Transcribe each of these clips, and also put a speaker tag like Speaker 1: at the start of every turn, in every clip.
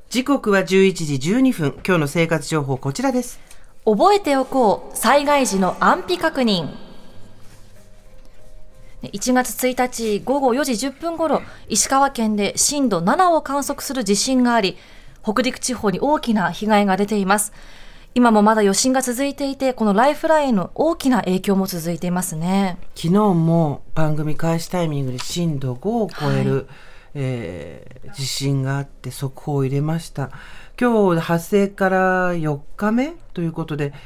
Speaker 1: 時刻は11時12分。今日の生活情報こちらです。
Speaker 2: 覚えておこう、災害時の安否確認。1月1日午後4時10分ごろ、石川県で震度7を観測する地震があり、北陸地方に大きな被害が出ています。今もまだ余震が続いていて、このライフラインへの大きな影響も続いていますね。
Speaker 1: 昨日も番組開始タイミングで震度5を超える、地震があって速報を入れました。今日発生から4日目ということで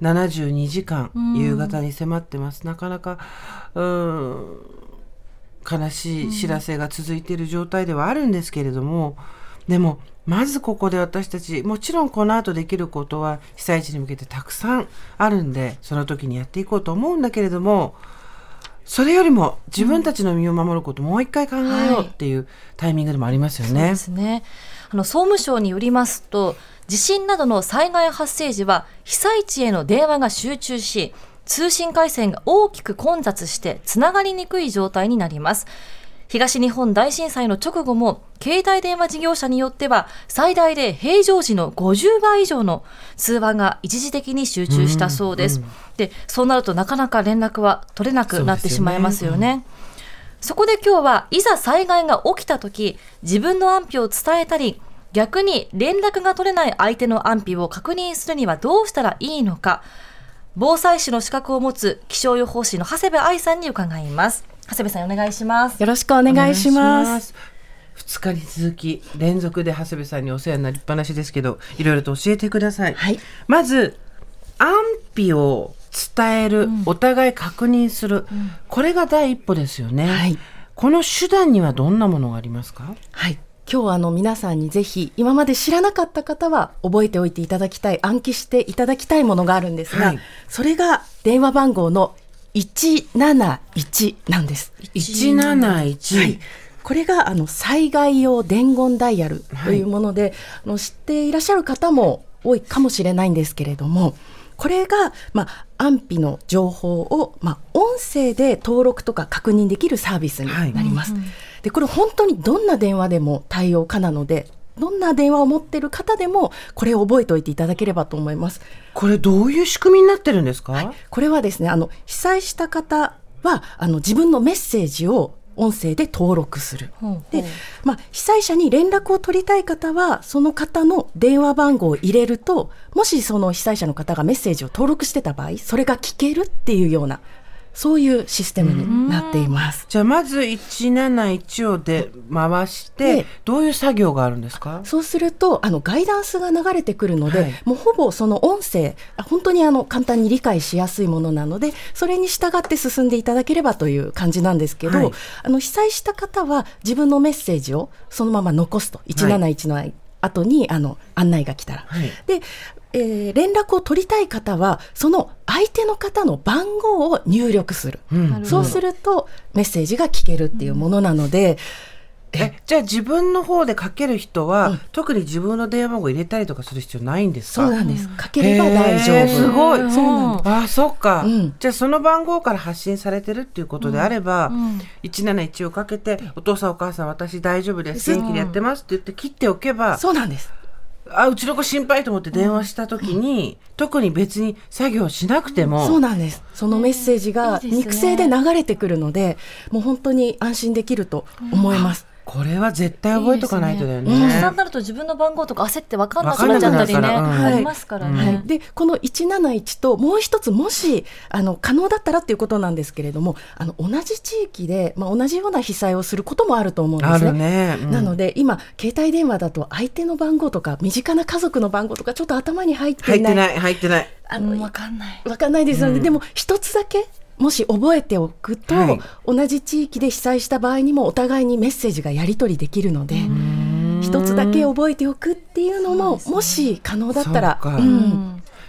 Speaker 1: 72時間夕方に迫ってます。なかなか悲しい知らせが続いている状態ではあるんですけれども、でもまずここで私たち、もちろんこの後できることは被災地に向けてたくさんあるんで、その時にやっていこうと思うんだけれども、それよりも自分たちの身を守ることをもう一回考えようっていうタイミングでもありますよね。
Speaker 2: そうですね。総務省によりますと、地震などの災害発生時は被災地への電話が集中し、通信回線が大きく混雑してつながりにくい状態になります。東日本大震災の直後も携帯電話事業者によっては最大で平常時の50倍以上の通話が一時的に集中したそうです。で、そうなるとなかなか連絡は取れなくなってしまいますよね。そこで今日はいざ災害が起きた時、自分の安否を伝えたり、逆に連絡が取れない相手の安否を確認するにはどうしたらいいのか、防災士の資格を持つ気象予報士の長谷部愛さんに伺います。長谷部さん、お願いします。
Speaker 3: よろしくお願いします。
Speaker 1: 2日に続き連続で長谷部さんにお世話になりっぱなしですけど、いろいろと教えてください。はい、まず安否を伝える、お互い確認する、これが第一歩ですよね。はい、この手段にはどんなものがありますか？
Speaker 3: はい、今日は皆さんにぜひ今まで知らなかった方は覚えておいていただきたい、暗記していただきたいものがあるんですが、はい、それが電話番号の171なんです。
Speaker 1: 171、はい、
Speaker 3: これが災害用伝言ダイヤルというもので、はい、知っていらっしゃる方も多いかもしれないんですけれども、これが、安否の情報を、音声で登録とか確認できるサービスになります。はい、でこれ本当にどんな電話でも対応可なので、どんな電話を持っている方でもこれを覚えておいていただければと思います。
Speaker 1: これどういう仕組みになってるんですか？
Speaker 3: はい、これはですね、被災した方は自分のメッセージを音声で登録する。で、被災者に連絡を取りたい方はその方の電話番号を入れると、もしその被災者の方がメッセージを登録してた場合、それが聞けるっていうような、そういうシステムになっています。
Speaker 1: じゃあまず171をで回してどういう作業があるんですか？
Speaker 3: そうするとガイダンスが流れてくるので、はい、もうほぼその音声、本当に簡単に理解しやすいものなので、それに従って進んでいただければという感じなんですけど、はい、被災した方は自分のメッセージをそのまま残すと、171の後に案内が来たら、はい、で連絡を取りたい方はその相手の方の番号を入力する、そうするとメッセージが聞けるっていうものなので、
Speaker 1: じゃあ自分の方でかける人は、特に自分の電話番号入れたりとかする必要ないんですか？
Speaker 3: そうなんです。かければ大丈夫。
Speaker 1: すごい。
Speaker 3: そうなんです。
Speaker 1: そっか、じゃあその番号から発信されてるっていうことであれば、171をかけて、お父さんお母さん私大丈夫です、元気でやってますって言って切っておけば、
Speaker 3: そうなんです。
Speaker 1: うちの子心配と思って電話した時に、特に別に作業しなくても、
Speaker 3: そうなんです。そのメッセージが肉声で流れてくるので、もう本当に安心できると思います。
Speaker 1: これは絶対覚えとかないとだよね。
Speaker 2: たくさんなると自分の番号とか焦って分かんなくなっちゃったりね、ありますからね。
Speaker 3: はい、でこの171ともう一つ、もし可能だったらっていうことなんですけれども、同じ地域で、同じような被災をすることもあると思うんですね。なので今携帯電話だと相手の番号とか身近な家族の番号とかちょっと頭に入っていない。
Speaker 1: 入ってない。
Speaker 2: 分かんない
Speaker 3: ですよね。でも一つだけもし覚えておくと、はい、同じ地域で被災した場合にもお互いにメッセージがやり取りできるので、一つだけ覚えておくっていうのも、もし可能だったら、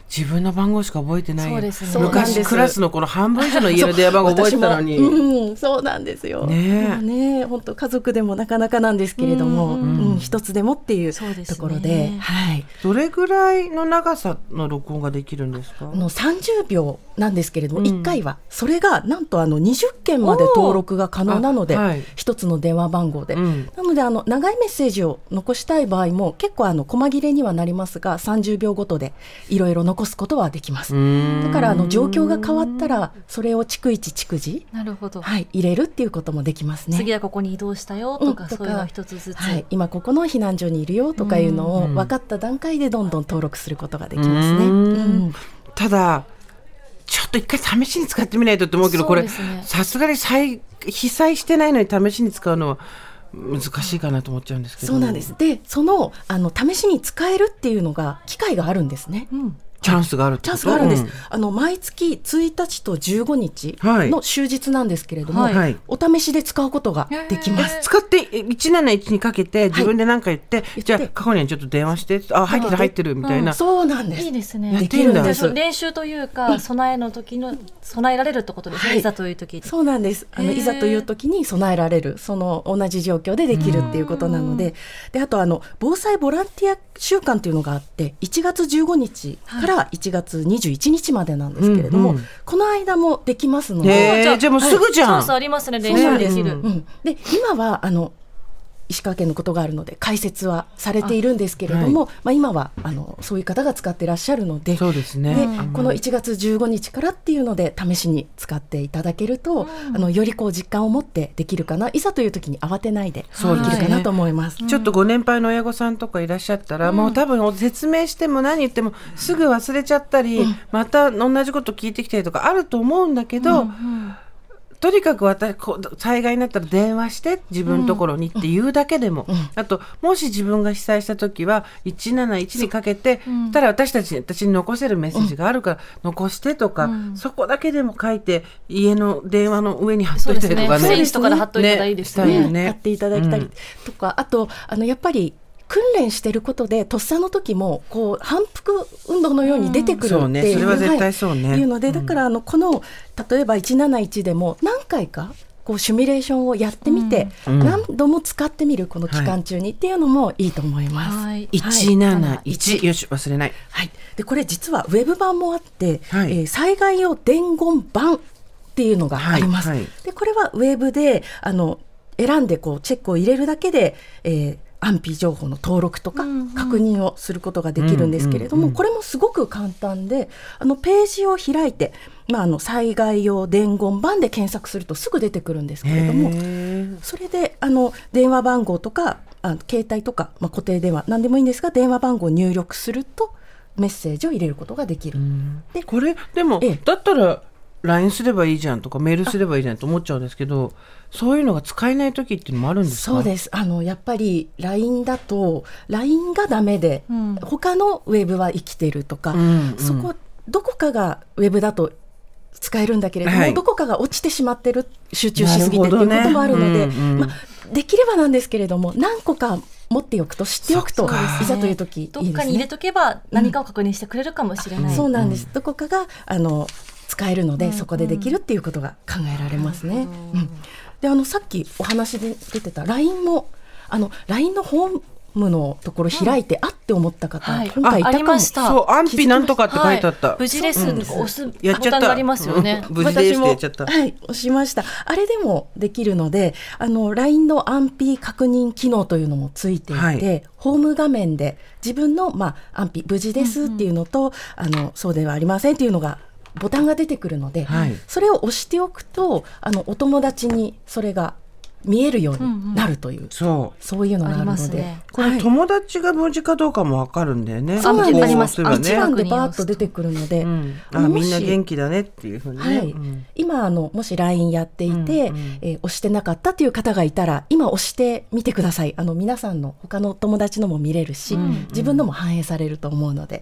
Speaker 1: 自分の番号しか覚えてないよ。
Speaker 2: そうですね。
Speaker 1: 昔クラスのこの半分以上の家の電話番号覚えてたのに。
Speaker 3: そうなんですよ。
Speaker 1: ね
Speaker 3: 本当家族でもなかなかなんですけれども、一つでもっていうところで、
Speaker 1: どれぐらいの長さの録音ができるんですか
Speaker 3: ？30秒なんですけれども、1回はそれがなんと20件まで登録が可能なので、一つの電話番号で、なので長いメッセージを残したい場合も結構細切れにはなりますが、30秒ごとでいろいろ残すことはできます。だから状況が変わったらそれを逐一逐次、
Speaker 2: なるほど、
Speaker 3: 入れるっていうこともできますね。
Speaker 2: 次はここに移動したよとか、そういうの一つずつ、
Speaker 3: 今ここの避難所にいるよとかいうのを分かった段階でどんどん登録することができますね。
Speaker 1: ただちょっと一回試しに使ってみないとって思うけど、これさすがに被災してないのに試しに使うのは難しいかなと思っちゃうんですけど。
Speaker 3: そうなんです。でその試しに使えるっていうのが機会があるんですね。
Speaker 1: チャンスがあるってこと？
Speaker 3: チャンスがあるんです。毎月1日と15日の終日なんですけれども、お試しで使うことができます。
Speaker 1: 使って171にかけて自分で何か言って、じゃあ過去にはちょっと電話して、入ってるみたいな。
Speaker 3: そうなんです。
Speaker 2: いいですね。
Speaker 3: できるんです。
Speaker 2: 練習というか、備えの時の備えられるってことですね。いざという時。
Speaker 3: そうなんです。いざという時に備えられる、その同じ状況でできるっていうことなので、あと防災ボランティア週間というのがあって、1月15日から1月21日までなんですけれども、この間もできますので、
Speaker 1: じゃあもうすぐじゃん。
Speaker 2: チャンスありますね。練習できる。
Speaker 3: で今は石川県のことがあるので開設はされているんですけれども、今はそういう方が使っていらっしゃるので、
Speaker 1: そうですね。
Speaker 3: この1月15日からっていうので試しに使っていただけると、より実感を持ってできるかな、いざという時に慌てないでできるかなと思います。
Speaker 1: ちょっとご年配の親御さんとかいらっしゃったら、もう多分説明しても何言ってもすぐ忘れちゃったり、また同じこと聞いてきたりとかあると思うんだけど、とにかく災害になったら電話して自分のところにっていうだけでも、あともし自分が被災した時は171にかけて、ただ私たちに残せるメッセージがあるから残してとか、そこだけでも書いて家の電話の上に貼っといたりとかね、
Speaker 2: フェイスとかで貼っといたらいいですね。
Speaker 3: 貼っていただいたりとか、あとやっぱり訓練していることでとっさの時も反復運動のように出てくるっていう、
Speaker 1: それは絶対そうね、
Speaker 3: いうので、だからこの例えば171でも何回かシミュレーションをやってみて、何度も使ってみるこの期間中にっていうのもいいと思います。
Speaker 1: 171、よし忘れない。
Speaker 3: でこれ実はウェブ版もあって、災害用伝言版っていうのがあります。でこれはウェブで選んでチェックを入れるだけで、安否情報の登録とか確認をすることができるんですけれども、これもすごく簡単で、ページを開いて、災害用伝言版で検索するとすぐ出てくるんですけれども、それで電話番号とか携帯とか、固定電話何でもいいんですが、電話番号を入力するとメッセージを入れることができる。
Speaker 1: でこれでも、だったら LINE すればいいじゃんとかメールすればいいじゃんと思っちゃうんですけど、そういうのが使えない時っていうのもあるんですか？
Speaker 3: そうです。やっぱり LINE だと LINE がダメで、他のウェブは生きてるとか、そこどこかがウェブだと使えるんだけれども、どこかが落ちてしまってる、集中しすぎてっていうこともあるので、できればなんですけれども何個か持っておくと、知っておくといざという時いいですね。
Speaker 2: どっかに入れとけば何かを確認してくれるかもしれない。
Speaker 3: そうなんです。どこかが使えるので、そこでできるっていうことが考えられますね。でさっきお話で出てた LINE もLINE のホームのところ開いて、あって思った方、今回いたかも。
Speaker 1: そう、安否なんとかって書いてあった。
Speaker 2: 無事ですとか押すボタンがありますよね。
Speaker 1: 無事ですってやっちゃった。
Speaker 3: 押しました。あれでもできるので、LINE の安否確認機能というのもついていて、ホーム画面で自分の安否無事ですっていうのと、そうではありませんっていうのがボタンが出てくるので、それを押しておくとお友達にそれが見えるようになるという、そういうのがあるので、
Speaker 1: これ友達が無事かどうかも分かるんだよね。
Speaker 3: そうなん
Speaker 2: あります。
Speaker 3: 一覧でバーッと出てくるので、
Speaker 1: みんな元気だねっていうふうにね。
Speaker 3: 今もし LINE やっていて、押してなかったという方がいたら、今押してみてください。皆さんの他の友達のも見れるし、自分のも反映されると思うので、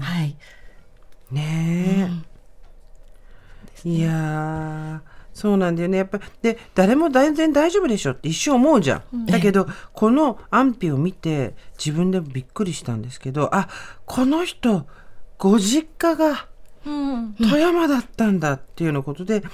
Speaker 1: いやそうなんだよね。やっぱりで誰も全然大丈夫でしょって一瞬思うじゃん。だけどこの安否を見て自分でもびっくりしたんですけど、この人ご実家が
Speaker 2: うん
Speaker 1: 富山だったんだっていうようなことで、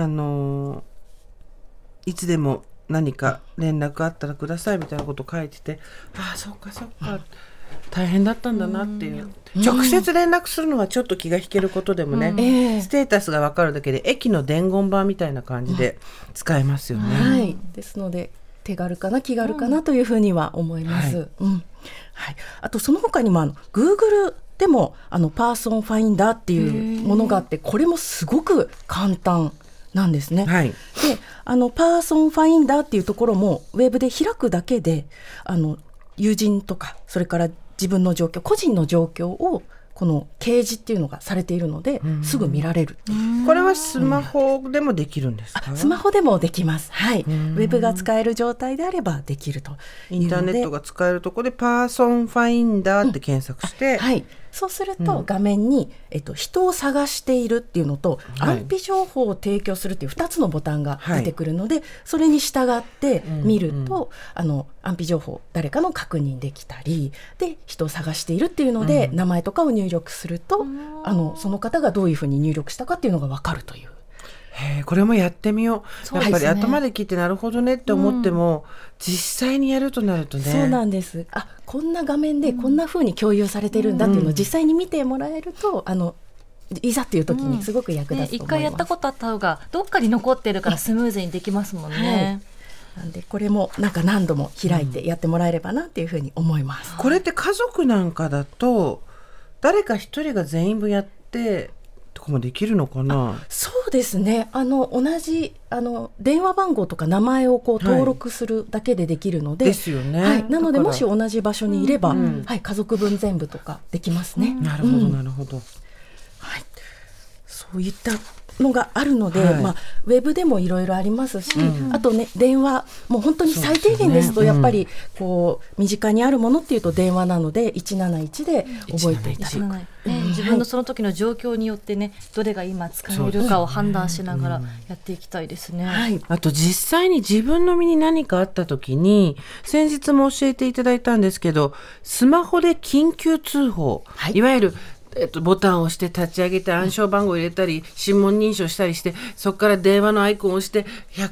Speaker 1: いつでも何か連絡あったらくださいみたいなことを書いてて、ああそっかそっか、大変だったんだなっていう、直接連絡するのはちょっと気が引けることでもね、ステータスが分かるだけで駅の伝言板みたいな感じで使えますよね。
Speaker 3: はい、ですので手軽かな気軽かなというふうには思います。はい、あとその他にもGoogle でもパーソンファインダーっていうものがあって、これもすごく簡単なんですね。
Speaker 1: はい、
Speaker 3: でパーソンファインダーっていうところもウェブで開くだけで友人とかそれから自分の状況、個人の状況をこの掲示っていうのがされているので、すぐ見られるっていう。
Speaker 1: これはスマホでもできるんですか？
Speaker 3: スマホでもできます。はい、ウェブが使える状態であればできるというので、
Speaker 1: インターネットが使えるところでパーソンファインダーって検索して、
Speaker 3: はい、そうすると画面に、人を探しているっていうのと、安否情報を提供するっていう2つのボタンが出てくるので、それに従って見ると、安否情報誰かの確認できたりで、人を探しているっていうので、名前とかを入力すると、その方がどういうふうに入力したかっていうのが分かるという。
Speaker 1: これもやってみよう。やっぱり頭で聞いてなるほどねって思っても、実際にやるとなるとね。
Speaker 3: そうなんです。こんな画面でこんな風に共有されてるんだっていうのを実際に見てもらえると、いざっていう時にすごく役立つと思います。
Speaker 2: 一回やったことあった方がどっかに残ってるからスムーズにできますもんね。
Speaker 3: なんでこれも何度も開いてやってもらえればなっていうふうに思います。
Speaker 1: これって家族なんかだと誰か一人が全員分やってとかもできるのかな？
Speaker 3: そうですね。同じ電話番号とか名前を登録するだけでできるので、
Speaker 1: ですよね。
Speaker 3: はい、なのでもし同じ場所にいれば、はい、家族分全部とかできますね。
Speaker 1: なるほどなるほど。
Speaker 3: はい、そういったのがあるので、ウェブでもいろいろありますし、あとね、電話もう本当に最低限ですと、やっぱり身近にあるものっていうと電話なので171で覚えていただく。
Speaker 2: 自分のその時の状況によってね、どれが今使えるかを判断しながらやっていきたいですね。
Speaker 1: あと実際に自分の身に何かあった時に、先日も教えていただいたんですけど、スマホで緊急通報、いわゆるボタンを押して立ち上げて暗証番号を入れたり指紋認証したりして、そこから電話のアイコンを押して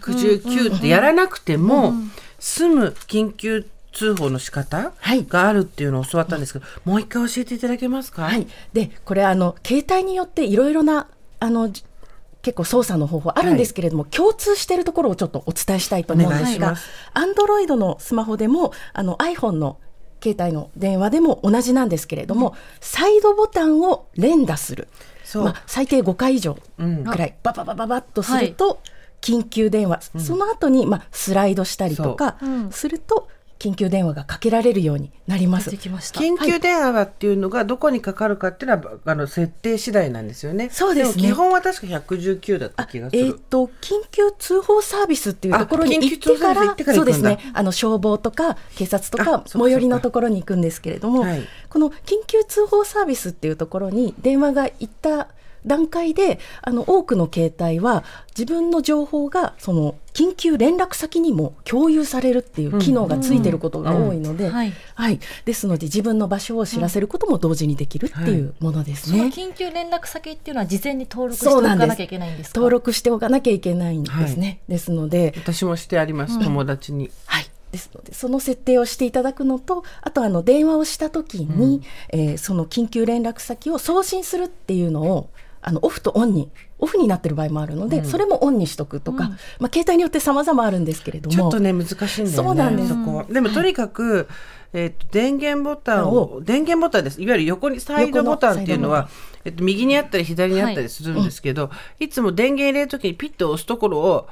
Speaker 1: 119ってやらなくても済む緊急通報の仕方があるっていうのを教わったんですけど、もう一回教えていただけますか？
Speaker 3: でこれ携帯によっていろいろな結構操作の方法あるんですけれども、共通しているところをちょっとお伝えしたいと思うんですが、Android のスマホでもiPhone の携帯の電話でも同じなんですけれども、サイドボタンを連打する、最低5回以上くらいバババババッとすると緊急電話、その後にスライドしたりとかすると緊急電話がかけられるようになります。
Speaker 1: 緊急電話っていうのがどこにかかるかっていうのは設定次第なんですよね。
Speaker 3: そうですね。
Speaker 1: でも基本は確か119だった気がする。
Speaker 3: 緊急通報サービスっていうところに行ってから、そうですね、消防とか警察とか最寄りのところに行くんですけれども、この緊急通報サービスっていうところに電話が行った段階で多くの携帯は自分の情報がその緊急連絡先にも共有されるっていう機能がついていることが多いので、ですので自分の場所を知らせることも同時にできるっていうものですね。
Speaker 2: その緊急連絡先っていうのは事前に登録しておかなきゃいけないんですか？
Speaker 3: 登録しておかなきゃいけないんですね。ですので
Speaker 1: 私もしてあります、友達に。
Speaker 3: ですのでその設定をしていただくのと、あと電話をした時に、その緊急連絡先を送信するっていうのをオフとオフになってる場合もあるので、それもオンにしとくとか、携帯によって様々あるんですけれども、
Speaker 1: ちょっとね難しいんだよね。
Speaker 3: そうなんです。
Speaker 1: そこはでもとにかく、電源ボタンです。いわゆる横にサイドボタンっていうのは、右にあったり左にあったりするんですけど、いつも電源入れるときにピッと押すところを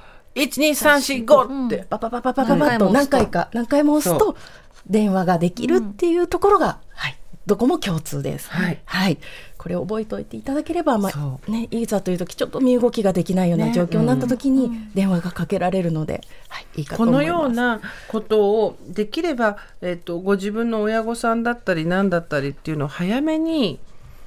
Speaker 1: 1,2,3,4,5 って
Speaker 3: パパパパパパパッと何回も押すと電話ができるっていうところが、どこも共通です。これを覚えておいていただければ、いざという時ちょっと身動きができないような状況になった時に電話がかけられるので、いいかと思います。
Speaker 1: このようなことをできれば、ご自分の親御さんだったり何だったりっていうのを早めに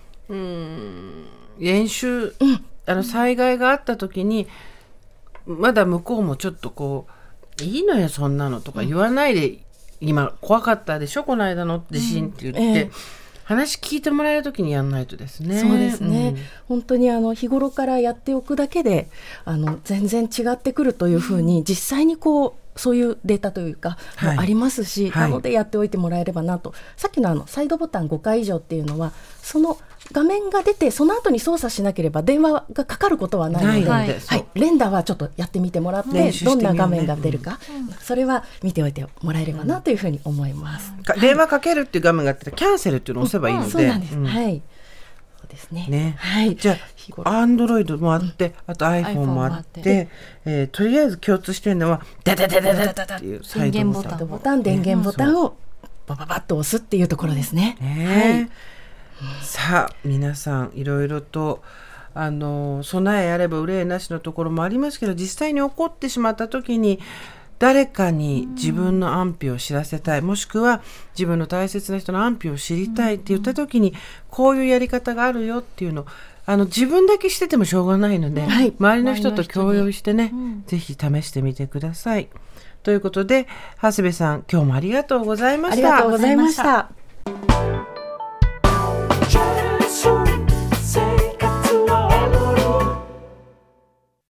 Speaker 1: 練習、災害があった時にまだ向こうもちょっといいのよそんなのとか言わないで、今怖かったでしょこの間の地震って言って、 話聞いてもらえるときにやんないとですね。
Speaker 3: そうですね、本当に日頃からやっておくだけで全然違ってくるというふうに、実際にそういうデータというか、
Speaker 1: はい
Speaker 3: ありますし、
Speaker 1: はい
Speaker 3: なのでやっておいてもらえればなと。さっきのサイドボタン5回以上っていうのは、その画面が出てその後に操作しなければ電話がかかることはないので、
Speaker 1: ないのでそう
Speaker 3: 連打はちょっとやってみてもらって、
Speaker 1: 練習してみようね
Speaker 3: どんな画面が出るか、それは見ておいてもらえればなというふうに思います。
Speaker 1: 電話かけるっていう画面があったらキャンセルっていうのを押せばいいので、
Speaker 3: そうなんです、
Speaker 1: うん
Speaker 3: はいそうですね。
Speaker 1: ね、
Speaker 3: はい、
Speaker 1: じゃあアンドロイドもあって、あと iPhone もあって、とりあえず共通してるのはダダダダダダっていうサイドボタン、
Speaker 3: 電源ボタンをバババッと押すっていうところですね。
Speaker 1: ね、さあ皆さんいろいろと備えあれば憂いなしのところもありますけど、実際に起こってしまった時に誰かに自分の安否を知らせたい、もしくは自分の大切な人の安否を知りたいって言った時に、こういうやり方があるよっていうのを自分だけしててもしょうがないので、周りの人と共有してね、ぜひ試してみてください。ということで長谷部さん、今日もありがとうございました。
Speaker 3: ありがとうございました。